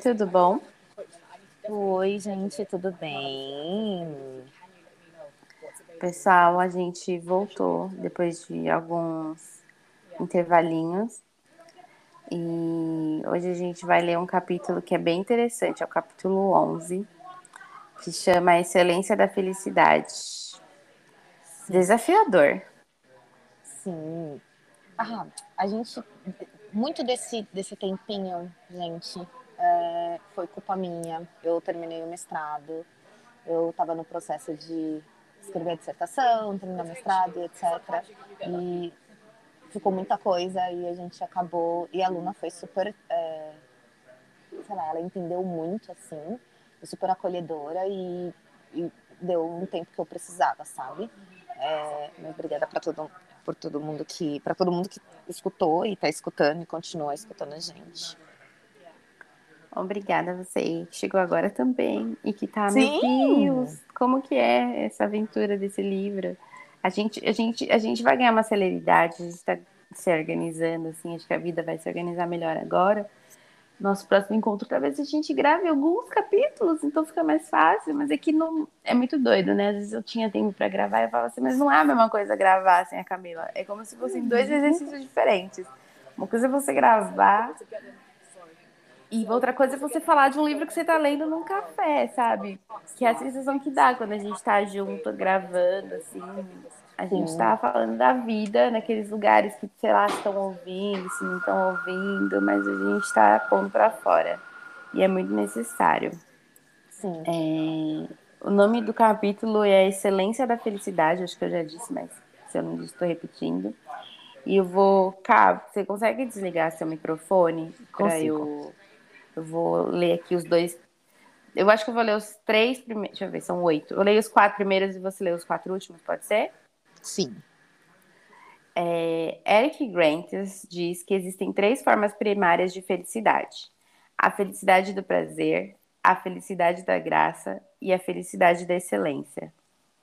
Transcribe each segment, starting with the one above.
tudo bom? Oi, gente, tudo bem? Pessoal, a gente voltou depois de alguns intervalinhos e hoje a gente vai ler um capítulo que é bem interessante, é o capítulo 11, que chama A Excelência da Felicidade. Sim, Desafiador. sim. A gente, muito desse tempinho, gente, foi culpa minha. Eu terminei o mestrado, eu estava no processo de escrever a dissertação, terminar o mestrado, etc. E ficou muita coisa e a gente acabou. E a Luna foi super, sei lá, ela entendeu muito, assim, foi super acolhedora e deu um tempo que eu precisava, sabe? Mas obrigada por todo mundo para todo mundo que escutou e está escutando e continua escutando a gente. Obrigada a você que chegou agora também e que tá, meu Sim, Deus, como que é essa aventura desse livro? A gente vai ganhar uma celeridade, a gente está se organizando, assim, acho que a vida vai se organizar melhor agora. Nosso próximo encontro, talvez a gente grave alguns capítulos, então fica mais fácil, mas é que não é muito doido, né? Às vezes eu tinha tempo pra gravar e eu falava assim, mas não é a mesma coisa gravar sem a Camila. É como se fossem dois exercícios diferentes. Uma coisa é você gravar e outra coisa é você falar de um livro que você tá lendo num café, sabe? Que é a sensação que dá quando a gente tá junto, gravando, assim. A gente sim, tá falando da vida naqueles lugares que, sei lá, se estão ouvindo, se não estão ouvindo, mas a gente tá pondo pra fora. E é muito necessário. sim. O nome do capítulo é A Excelência da Felicidade, acho que eu já disse, mas se eu não disse, estou repetindo. E eu vou. Cá, você consegue desligar seu microfone para Consigo. eu. Eu vou ler aqui os dois. Eu acho que eu vou ler os três primeiros. Deixa eu ver, são 8. Eu leio os 4 primeiros e você lê os 4 últimos, pode ser? Sim, Eric Grantes diz que existem 3 formas primárias de felicidade: a felicidade do prazer, a felicidade da graça e a felicidade da excelência.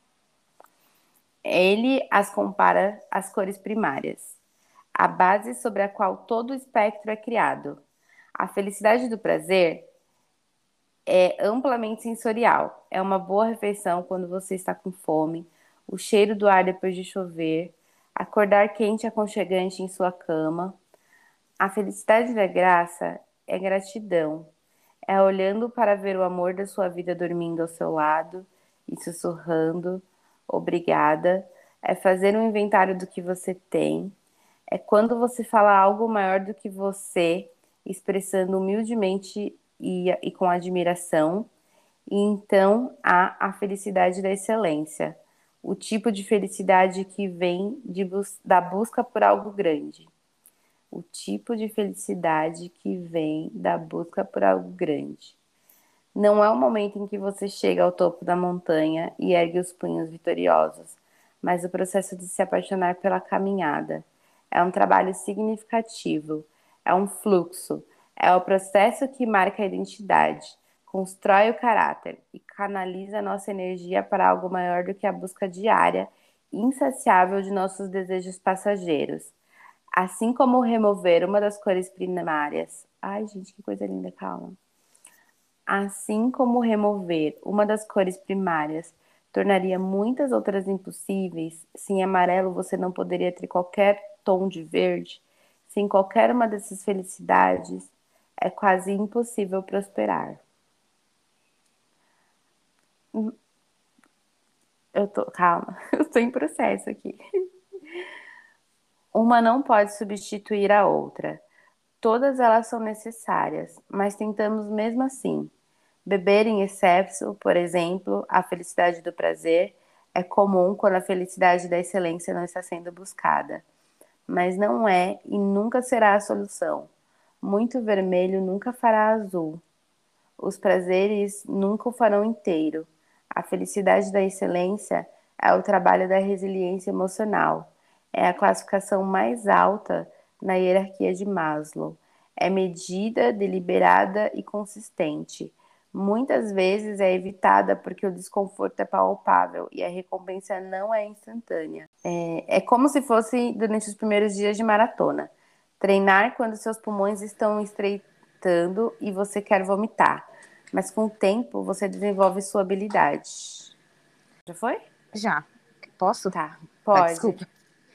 Ele as compara às cores primárias, a base sobre a qual todo o espectro é criado. A felicidade do prazer é amplamente sensorial. É uma boa refeição quando você está com fome, o cheiro do ar depois de chover, acordar quente e aconchegante em sua cama. A felicidade da graça é gratidão. É olhando para ver o amor da sua vida dormindo ao seu lado e sussurrando, obrigada. É fazer um inventário do que você tem. É quando você fala algo maior do que você, expressando humildemente e com admiração. E então há a felicidade da excelência, o tipo de felicidade que vem da busca por algo grande. O tipo de felicidade que vem da busca por algo grande. Não é o momento em que você chega ao topo da montanha e ergue os punhos vitoriosos, mas o processo de se apaixonar pela caminhada. É um trabalho significativo, é um fluxo, é o processo que marca a identidade, constrói o caráter e canaliza a nossa energia para algo maior do que a busca diária, insaciável de nossos desejos passageiros. Assim como remover uma das cores primárias. Ai, gente, que coisa linda, calma. Assim como remover uma das cores primárias tornaria muitas outras impossíveis, sem amarelo você não poderia ter qualquer tom de verde, sem qualquer uma dessas felicidades, é quase impossível prosperar. Calma, eu estou em processo aqui. Uma não pode substituir a outra. Todas elas são necessárias, mas tentamos mesmo assim. Beber em excesso, por exemplo, a felicidade do prazer, é comum quando a felicidade da excelência não está sendo buscada. Mas não é e nunca será a solução. Muito vermelho nunca fará azul. Os prazeres nunca o farão inteiro. A felicidade da excelência é o trabalho da resiliência emocional. É a classificação mais alta na hierarquia de Maslow. É medida, deliberada e consistente. Muitas vezes é evitada porque o desconforto é palpável e a recompensa não é instantânea. É como se fosse durante os primeiros dias de maratona. Treinar quando seus pulmões estão estreitos. vomitando e você quer vomitar. Mas com o tempo, você desenvolve sua habilidade. Já foi? Já. Posso? Tá, Tá, pode. desculpa.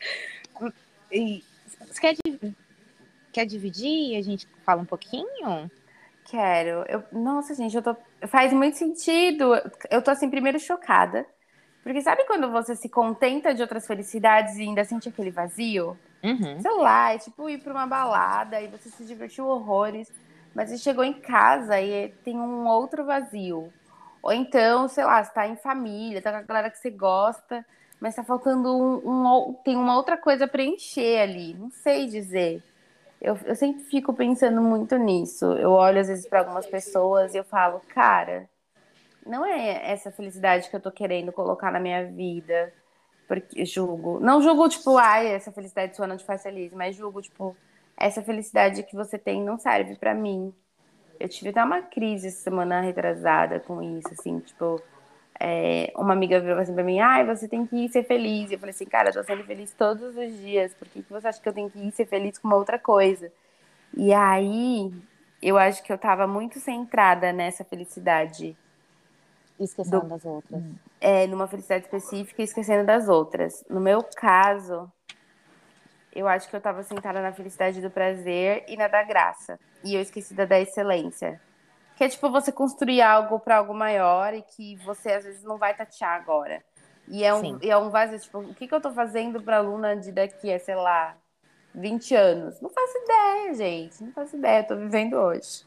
E você quer dividir e a gente fala um pouquinho? Quero. Nossa, gente, faz muito sentido. Eu tô assim, primeiro chocada. Porque sabe quando você se contenta de outras felicidades e ainda sente aquele vazio? Uhum. Sei lá, é tipo ir pra uma balada e você se divertiu horrores, mas você chegou em casa e tem um outro vazio. Ou então, sei lá, você tá em família, tá com a galera que você gosta, mas tá faltando tem uma outra coisa a preencher ali. Não sei dizer. Eu sempre fico pensando muito nisso. Eu olho às vezes para algumas pessoas e eu falo, cara, não é essa felicidade que eu tô querendo colocar na minha vida. Porque julgo. Não julgo, tipo, ai, essa felicidade sua não te faz feliz, mas julgo, tipo, essa felicidade que você tem não serve pra mim. Eu tive até uma crise essa semana retrasada com isso, assim, tipo, uma amiga virou assim pra mim, ai, você tem que ir ser feliz. E eu falei assim, cara, eu tô sendo feliz todos os dias, por que que você acha que eu tenho que ir ser feliz com uma outra coisa? E aí, eu acho que eu tava muito centrada nessa felicidade Esquecendo do, das outras. numa felicidade específica e esquecendo das outras. No meu caso, eu acho que eu tava sentada na felicidade do prazer e na da graça. E eu esqueci da excelência. Que é tipo você construir algo pra algo maior e que você às vezes não vai tatear agora. Sim. E é um vazio, tipo, o que que eu tô fazendo pra Luna de daqui a, sei lá, 20 anos? Não faço ideia, gente. Não faço ideia, eu tô vivendo hoje.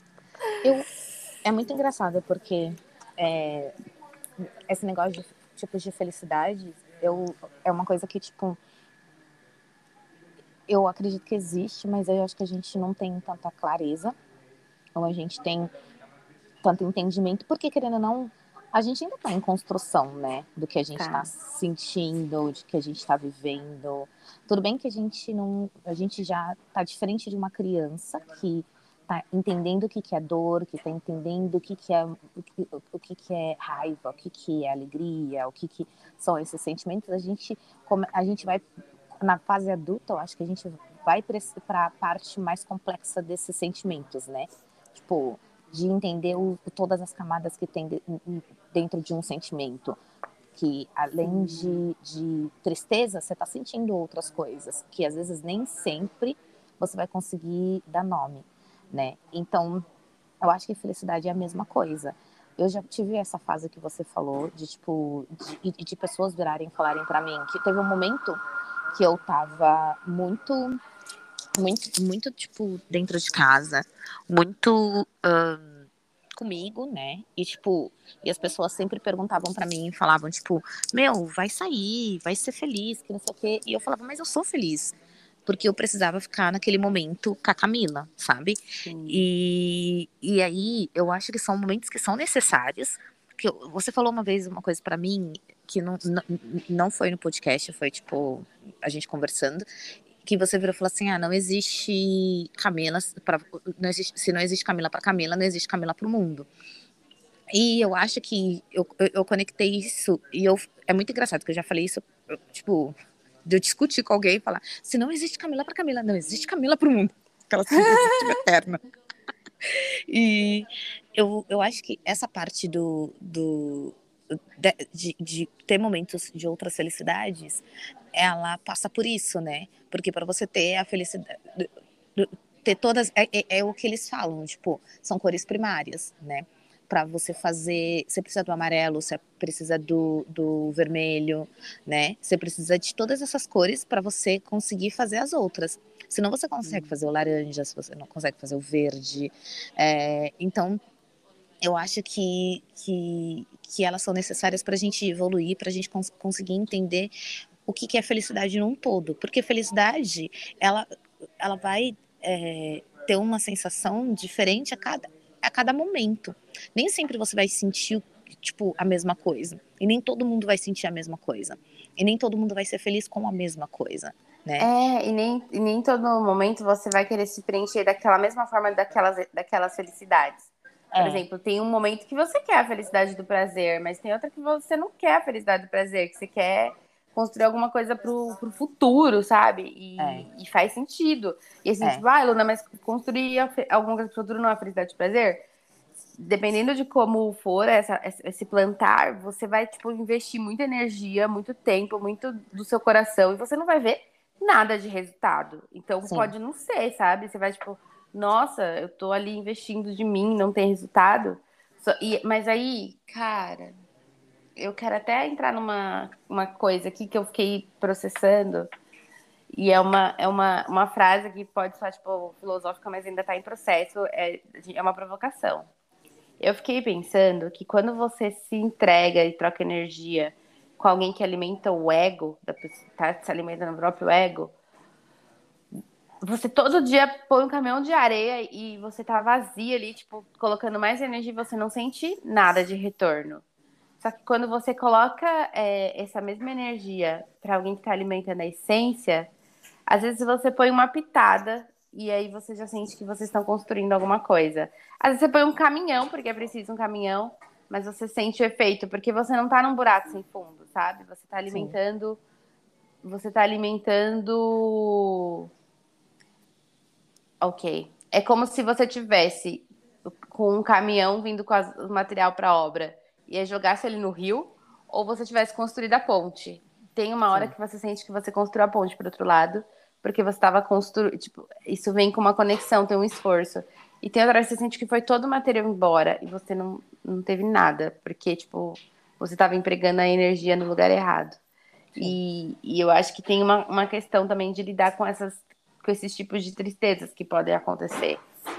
É muito engraçado porque esse negócio de tipos de felicidade é uma coisa que, tipo, eu acredito que existe, mas eu acho que a gente não tem tanta clareza, ou a gente tem tanto entendimento, porque querendo ou não, a gente ainda está em construção, né, do que a gente está Tá. sentindo, de que a gente está vivendo. Tudo bem que a gente já está diferente de uma criança que está entendendo o que que é dor, que está entendendo o que é raiva, o que é alegria, o que são esses sentimentos. A gente vai na fase adulta, eu acho que a gente vai para a parte mais complexa desses sentimentos, né? Tipo, de entender todas as camadas que tem dentro de um sentimento. Que além Sim. de tristeza, você está sentindo outras coisas, que às vezes nem sempre você vai conseguir dar nome, né? Então, eu acho que felicidade é a mesma coisa. Eu já tive essa fase que você falou, de tipo, de pessoas virarem e falarem para mim que teve um momento que eu tava muito, tipo, dentro de casa, muito comigo, né? E, tipo, e as pessoas sempre perguntavam pra mim e falavam, tipo, meu, vai sair, vai ser feliz, que não sei o quê. E eu falava, mas eu sou feliz. Porque eu precisava ficar naquele momento com a Camila, sabe? Sim. E aí, eu acho que são momentos que são necessários. Que você falou uma vez uma coisa pra mim que não foi no podcast, foi tipo a gente conversando, que você virou e falou assim: ah, não existe Camila para não existe, se não existe Camila para Camila, não existe Camila para o mundo. E eu acho que eu conectei isso e é muito engraçado que eu já falei isso, tipo, de eu discutir com alguém e falar: se não existe Camila para Camila, não existe Camila para o mundo. Aquela simplicidade eterna. E eu acho que essa parte de ter momentos de outras felicidades, ela passa por isso, né? Porque para você ter a felicidade, ter todas, é o que eles falam, tipo, são cores primárias, né? Para você fazer, você precisa do amarelo, você precisa do vermelho, né? Você precisa de todas essas cores para você conseguir fazer as outras. Senão você consegue Sim. fazer o laranja, se você não consegue fazer o verde. Então, eu acho que elas são necessárias para a gente evoluir, para a gente conseguir entender o que é felicidade num todo. Porque felicidade, ela vai ter uma sensação diferente a cada momento. Nem sempre você vai sentir tipo a mesma coisa. E nem todo mundo vai sentir a mesma coisa. E nem todo mundo vai ser feliz com a mesma coisa, né? E nem todo momento você vai querer se preencher daquela mesma forma daquelas felicidades. Por É, exemplo, tem um momento que você quer a felicidade do prazer, mas tem outra que você não quer a felicidade do prazer, que você quer construir alguma coisa pro futuro, sabe? É, E faz sentido. E assim, é, tipo, ah, Luna, mas construir alguma coisa pro futuro não é felicidade e prazer? Dependendo de como for esse plantar, você vai, tipo, investir muita energia, muito tempo, muito do seu coração, e você não vai ver nada de resultado. Então, sim, pode não ser, sabe? Você vai, tipo, nossa, eu tô ali investindo de mim, não tem resultado. Mas aí, cara, eu quero até entrar numa uma coisa aqui que eu fiquei processando, e uma frase que pode soar, tipo, filosófica, mas ainda tá em processo, é uma provocação. Eu fiquei pensando que quando você se entrega e troca energia com alguém que alimenta o ego, da pessoa, tá se alimentando do próprio ego, você todo dia põe um caminhão de areia e você tá vazia ali, tipo, colocando mais energia e você não sente nada de retorno. Só que quando você coloca essa mesma energia para alguém que tá alimentando a essência, às vezes você põe uma pitada e aí você já sente que vocês estão construindo alguma coisa. Às vezes você põe um caminhão, porque é preciso um caminhão, mas você sente o efeito, porque você não tá num buraco sem fundo, sabe? sim, Você tá alimentando, ok. É como se você tivesse com um caminhão vindo com o material para obra e aí jogasse ele no rio, ou você tivesse construído a ponte. Tem uma hora sim, que você sente que você construiu a ponte para outro lado, porque você estava construindo. Tipo, isso vem com uma conexão, tem um esforço. E tem outra hora que você sente que foi todo o material embora e você não teve nada, porque, tipo, você estava empregando a energia no lugar errado. sim. E eu acho que tem uma questão também de lidar com esses tipos de tristezas que podem acontecer.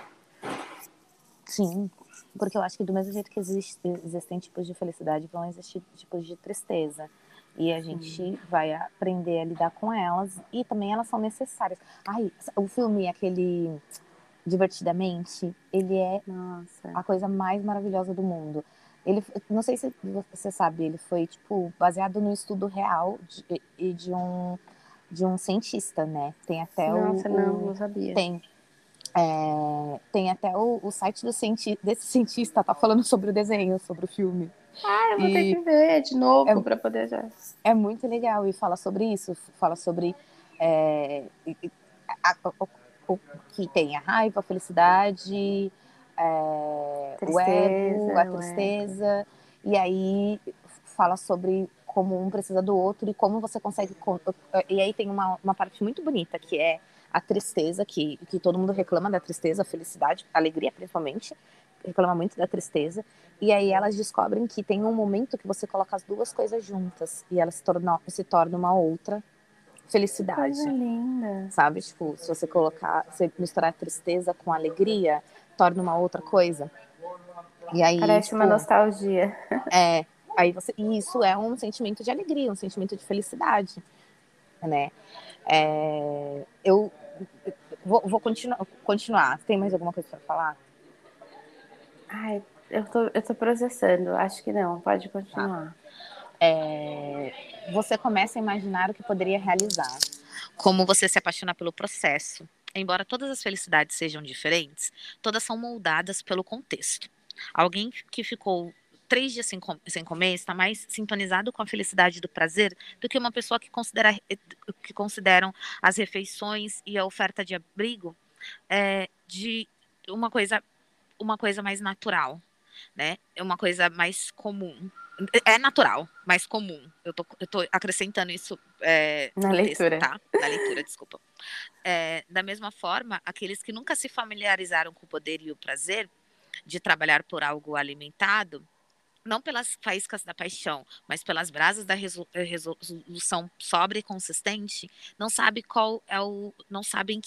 Sim, porque eu acho que do mesmo jeito que existem tipos de felicidade, vão existir tipos de tristeza. E a Sim. gente vai aprender a lidar com elas e também elas são necessárias. Ai, o filme, aquele Divertidamente, ele é Nossa. a coisa mais maravilhosa do mundo. Ele, não sei se você sabe, ele foi tipo baseado no estudo real de um cientista, né? Tem até Nossa, não sabia. tem tem até o site desse cientista, tá falando sobre o desenho, sobre o filme. Ah, eu vou ter E que ver de é, novo para poder já. é muito legal e fala sobre isso, fala sobre é, a, o que tem a raiva, a felicidade, o Tristeza, ego, a o ego. tristeza, e aí fala sobre como um precisa do outro e como você consegue. E aí tem uma parte muito bonita que é a tristeza, que todo mundo reclama da tristeza, a felicidade, a alegria principalmente, reclama muito da tristeza. E aí elas descobrem que tem um momento que você coloca as duas coisas juntas e elas se torna uma outra Que coisa felicidade, linda. sabe? Tipo, se você colocar, se misturar tristeza com alegria, torna uma outra coisa. E aí, Parece uma tipo, nostalgia. é, e isso é um sentimento de alegria, um sentimento de felicidade, né? Eu vou continuar. Tem mais alguma coisa para falar? Ai, eu tô processando. Acho que não. Pode Tá. continuar. Você começa a imaginar o que poderia realizar. Como você se apaixona pelo processo. Embora todas as felicidades sejam diferentes, todas são moldadas pelo contexto. Alguém que ficou 3 dias sem comer está mais sintonizado com a felicidade do prazer do que uma pessoa que consideram as refeições e a oferta de abrigo de uma coisa, uma coisa mais natural, né? É uma coisa mais comum. É natural, mais comum. Eu tô acrescentando isso Na no texto, leitura. tá? Na leitura, desculpa. Da mesma forma, aqueles que nunca se familiarizaram com o poder e o prazer de trabalhar por algo alimentado, não pelas faíscas da paixão, mas pelas brasas da resolução sóbria e consistente, não sabem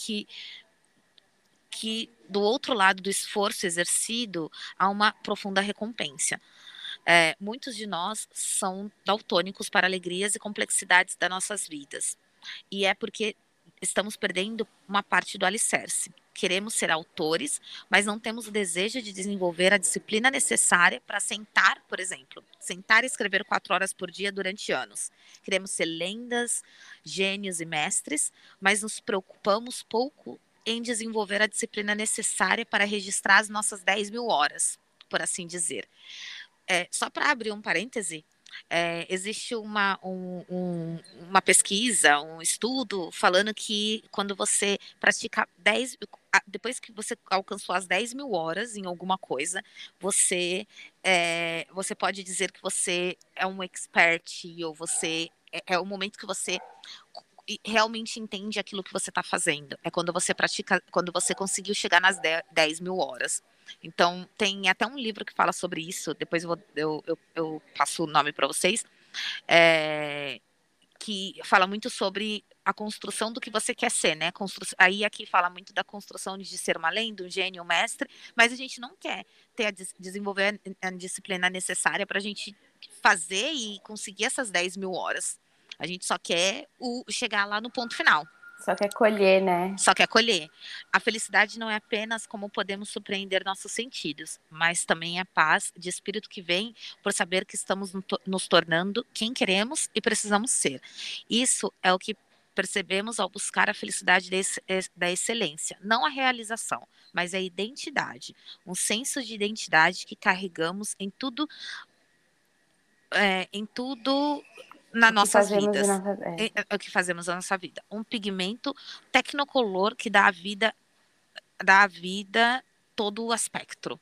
que do outro lado do esforço exercido há uma profunda recompensa. Muitos de nós são daltônicos para alegrias e complexidades das nossas vidas. E é porque estamos perdendo uma parte do alicerce. Queremos ser autores, mas não temos o desejo de desenvolver a disciplina necessária para sentar, por exemplo, sentar e escrever 4 horas por dia durante anos. Queremos ser lendas, gênios e mestres, mas nos preocupamos pouco em desenvolver a disciplina necessária para registrar as nossas 10 mil horas, por assim dizer. Só para abrir um parêntese, Existe uma pesquisa, um estudo falando que quando você pratica 10, depois que você alcançou as 10 mil horas em alguma coisa, você pode dizer que você é um expert, ou é o momento que você realmente entende aquilo que você está fazendo. É quando você pratica, quando você conseguiu chegar nas 10 mil horas. Então, tem até um livro que fala sobre isso, depois eu passo o nome para vocês, é, que fala muito sobre a construção do que você quer ser, né? Aí aqui fala muito da construção de ser uma lenda, um gênio, um mestre, mas a gente não quer desenvolver a disciplina necessária para a gente fazer e conseguir essas 10 mil horas. A gente só quer chegar lá no ponto final. Só quer colher, né? Só quer colher. A felicidade não é apenas como podemos surpreender nossos sentidos, mas também a paz de espírito que vem por saber que estamos nos tornando quem queremos e precisamos ser. Isso é o que percebemos ao buscar a felicidade da excelência, não a realização, mas a identidade, um senso de identidade que carregamos em tudo nas O que nossas fazemos de vidas. nossa... É o que fazemos na nossa vida. Um pigmento tecnocolor que dá à vida todo o aspecto.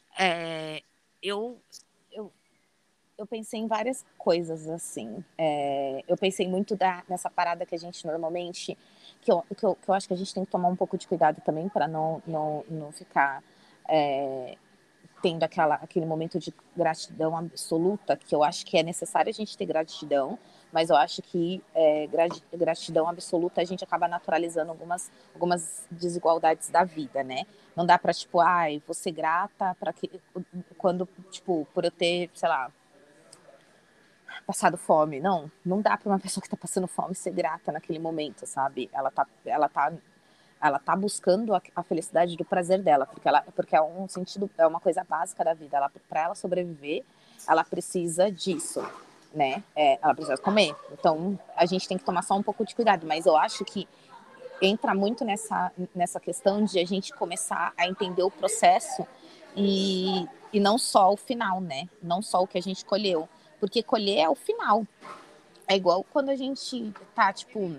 Eu, eu, eu pensei em várias coisas assim. Eu pensei muito nessa parada que a gente normalmente. Que eu acho que a gente tem que tomar um pouco de cuidado também para não ficar tendo aquele momento de gratidão absoluta, que eu acho que é necessário a gente ter gratidão, mas eu acho que gratidão absoluta a gente acaba naturalizando algumas desigualdades da vida, né? Não dá para tipo, ai, vou ser grata para que quando, tipo, por eu ter, sei lá, passado fome. Não dá para uma pessoa que está passando fome ser grata naquele momento, sabe? Ela tá buscando a felicidade do prazer dela, porque é um sentido, é uma coisa básica da vida. Para ela sobreviver, ela precisa disso, né? Ela precisa comer. Então, a gente tem que tomar só um pouco de cuidado. Mas eu acho que entra muito nessa questão de a gente começar a entender o processo e não só o final, né? Não só o que a gente colheu. Porque colher é o final. É igual quando a gente tá, tipo,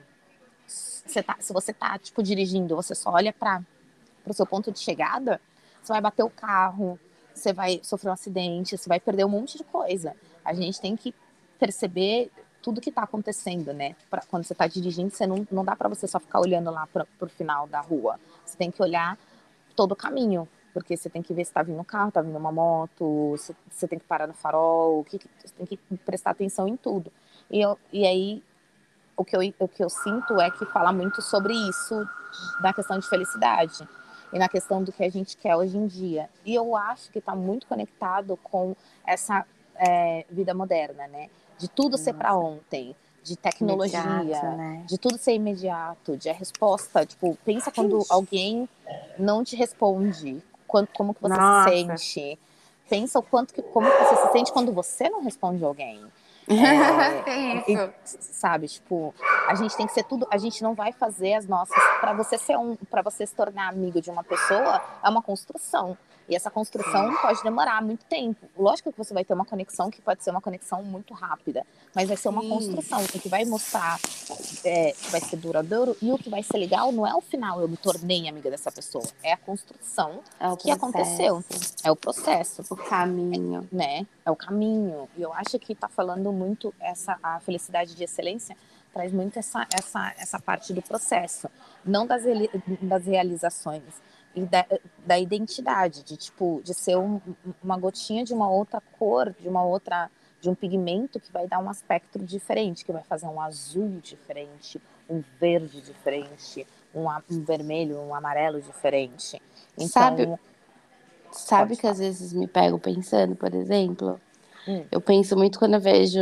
se você tá, tipo, dirigindo, você só olha para o seu ponto de chegada, você vai bater o carro, você vai sofrer um acidente, você vai perder um monte de coisa. A gente tem que perceber tudo que está acontecendo, né? Quando você está dirigindo, você não dá para você só ficar olhando lá para o final da rua. Você tem que olhar todo o caminho, porque você tem que ver se está vindo um carro, está vindo uma moto, você tem que parar no farol, você tem que prestar atenção em tudo. E aí o que eu sinto é que fala muito sobre isso, na questão de felicidade e na questão do que a gente quer hoje em dia. E eu acho que está muito conectado com essa vida moderna, né? De tudo ser para Nossa, ontem, de imediato, tecnologia, né? de tudo ser imediato, de a resposta. Tipo, pensa quando alguém não te responde, como que você se Nossa. sente. Pensa como que você se sente quando você não responde alguém. É, Tem isso. sabe, tipo, a gente tem que ser tudo, a gente não vai fazer as nossas, para você se tornar amigo de uma pessoa, é uma construção. E essa construção Sim. pode demorar muito tempo. Lógico que você vai ter uma conexão que pode ser uma conexão muito rápida, mas vai ser uma Sim. construção. O que vai mostrar que vai ser duradouro e o que vai ser legal não é o final, eu me tornei amiga dessa pessoa. É a construção É o que aconteceu. processo, É o processo, o caminho. né? É o caminho. E eu acho que está falando muito a felicidade de excelência traz muito essa parte do processo, não das realizações e da identidade, de tipo, de ser uma gotinha de uma outra cor, de um pigmento que vai dar um aspecto diferente, que vai fazer um azul diferente, um verde diferente, um vermelho, um amarelo diferente. Sabe, Então, sabe pode que às falar. vezes me pego pensando, por exemplo, Hum, eu penso muito quando eu vejo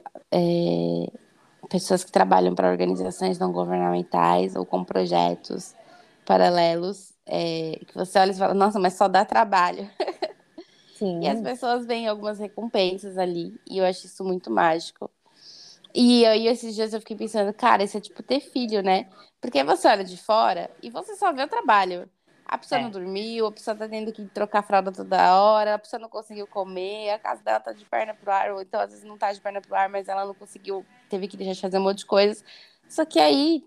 é, pessoas que trabalham para organizações não governamentais ou com projetos paralelos, que você olha e fala, nossa, mas só dá trabalho. E as sim, pessoas veem algumas recompensas ali, e eu acho isso muito mágico. E aí, esses dias eu fiquei pensando, cara, isso é tipo ter filho, né? Porque você olha de fora e você só vê o trabalho. A pessoa não É, dormiu, a pessoa tá tendo que trocar fralda toda hora, a pessoa não conseguiu comer, a casa dela tá de perna pro ar, ou então às vezes não tá de perna pro ar, mas ela não conseguiu, teve que deixar de fazer um monte de coisas. Só que aí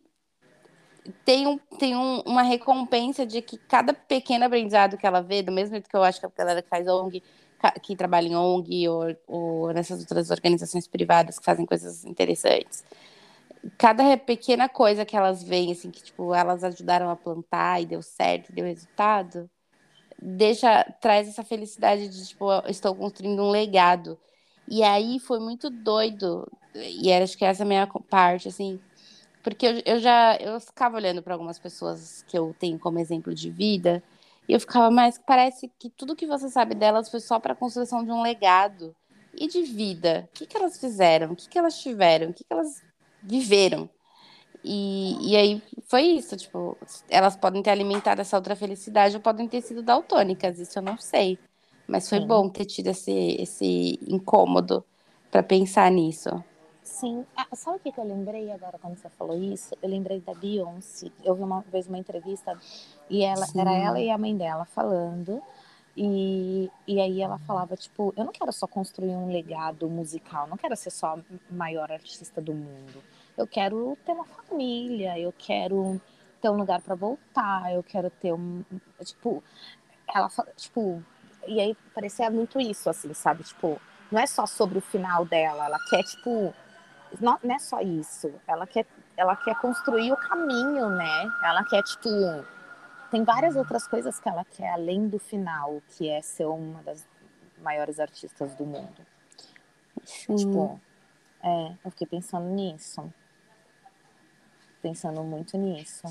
uma recompensa de que cada pequeno aprendizado que ela vê, do mesmo jeito que eu acho que a galera que faz ONG, que trabalha em ONG ou nessas outras organizações privadas que fazem coisas interessantes, cada pequena coisa que elas veem, assim, que tipo, elas ajudaram a plantar e deu certo, e deu resultado, traz essa felicidade de, tipo, eu estou construindo um legado. E aí foi muito doido, e acho que essa é a minha parte, assim, porque eu ficava olhando para algumas pessoas que eu tenho como exemplo de vida, e eu ficava, mas parece que tudo que você sabe delas foi só para a construção de um legado. E de vida? O que que elas fizeram? O que que elas tiveram? O que que elas viveram? E aí foi isso, tipo, elas podem ter alimentado essa outra felicidade ou podem ter sido daltônicas, isso eu não sei. Mas foi sim. bom ter tido esse incômodo para pensar nisso. Sim. Ah, sabe o que que eu lembrei agora quando você falou isso? Eu lembrei da Beyoncé. Eu vi uma vez uma entrevista e era ela Sim, e a mãe dela falando. E aí ela falava, tipo, eu não quero só construir um legado musical, não quero ser só a maior artista do mundo. Eu quero ter uma família, eu quero ter um lugar para voltar, eu quero ter tipo, tipo, e aí parecia muito isso, assim, sabe? Tipo, não é só sobre o final dela, ela quer, tipo, não é só isso. Ela quer construir o caminho, né? Ela quer, tipo, tem várias outras coisas que ela quer além do final, que é ser uma das maiores artistas do mundo. sim. Tipo, eu fiquei pensando nisso. Pensando muito nisso.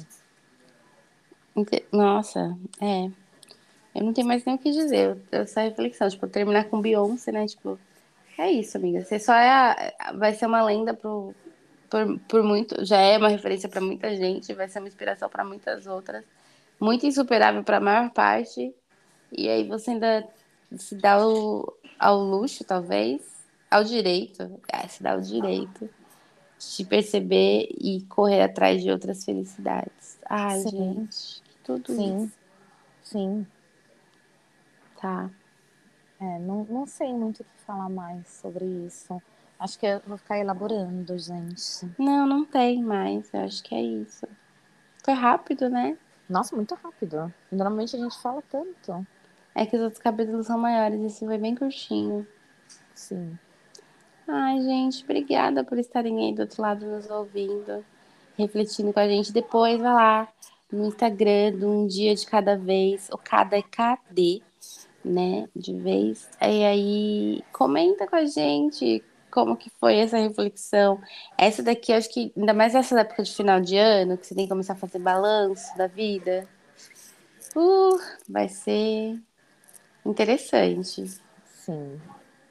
Nossa, é. Eu não tenho mais nem o que dizer. Essa reflexão, tipo, terminar com Beyoncé, né? Tipo, é isso, amiga. Você só vai ser uma lenda por muito, já é uma referência para muita gente, vai ser uma inspiração para muitas outras, muito insuperável para a maior parte. E aí você ainda se dá ao luxo, talvez, ao direito, se dá o direito de perceber e correr atrás de outras felicidades. Ai, Sim, gente, que tudo sim, isso. sim. Tá. Não sei muito o que falar mais sobre isso. Acho que eu vou ficar elaborando, gente. Não, não tem mais. Eu acho que é isso. Foi rápido, né? Nossa, muito rápido. Normalmente a gente fala tanto. É que os outros capítulos são maiores. Esse foi bem curtinho. Sim, Ai, gente, obrigada por estarem aí do outro lado nos ouvindo, refletindo com a gente. Depois vai lá no Instagram do Um Dia de Cada Vez, ou Cada é KD, né? De vez. E aí, comenta com a gente como que foi essa reflexão. Essa daqui, eu acho que, ainda mais nessa época de final de ano, que você tem que começar a fazer balanço da vida. Uh, vai ser interessante. sim,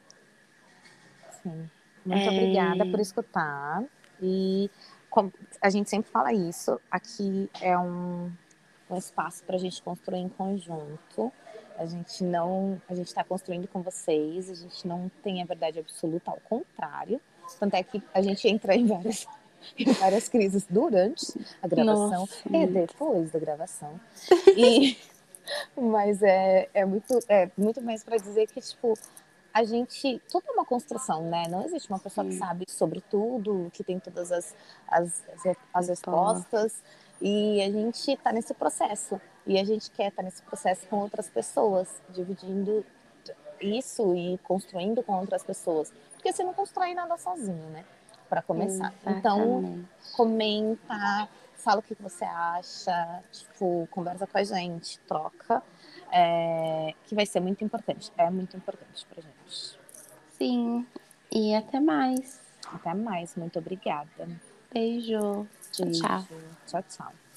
sim. Muito obrigada por É... escutar. E como a gente sempre fala isso, aqui é um espaço para a gente construir em conjunto. A gente está construindo com vocês, a gente não tem a verdade absoluta, ao contrário. Tanto é que a gente entra em várias crises durante a gravação Nossa, e muito. depois da gravação. E, mas é muito mais para dizer que, tipo, a gente. Tudo é uma construção, né? Não existe uma pessoa que Sim, sabe sobre tudo, que tem todas as resposta. respostas. E a gente está nesse processo. E a gente quer estar nesse processo com outras pessoas, dividindo isso e construindo com outras pessoas. Porque você não constrói nada sozinho, né? Para começar. Então, Exatamente. comenta, fala o que você acha, tipo, conversa com a gente, troca, que vai ser muito importante. É muito importante pra gente. Sim. E até mais. Até mais, muito obrigada. Beijo. Tchau, Beijo, tchau. tchau, tchau.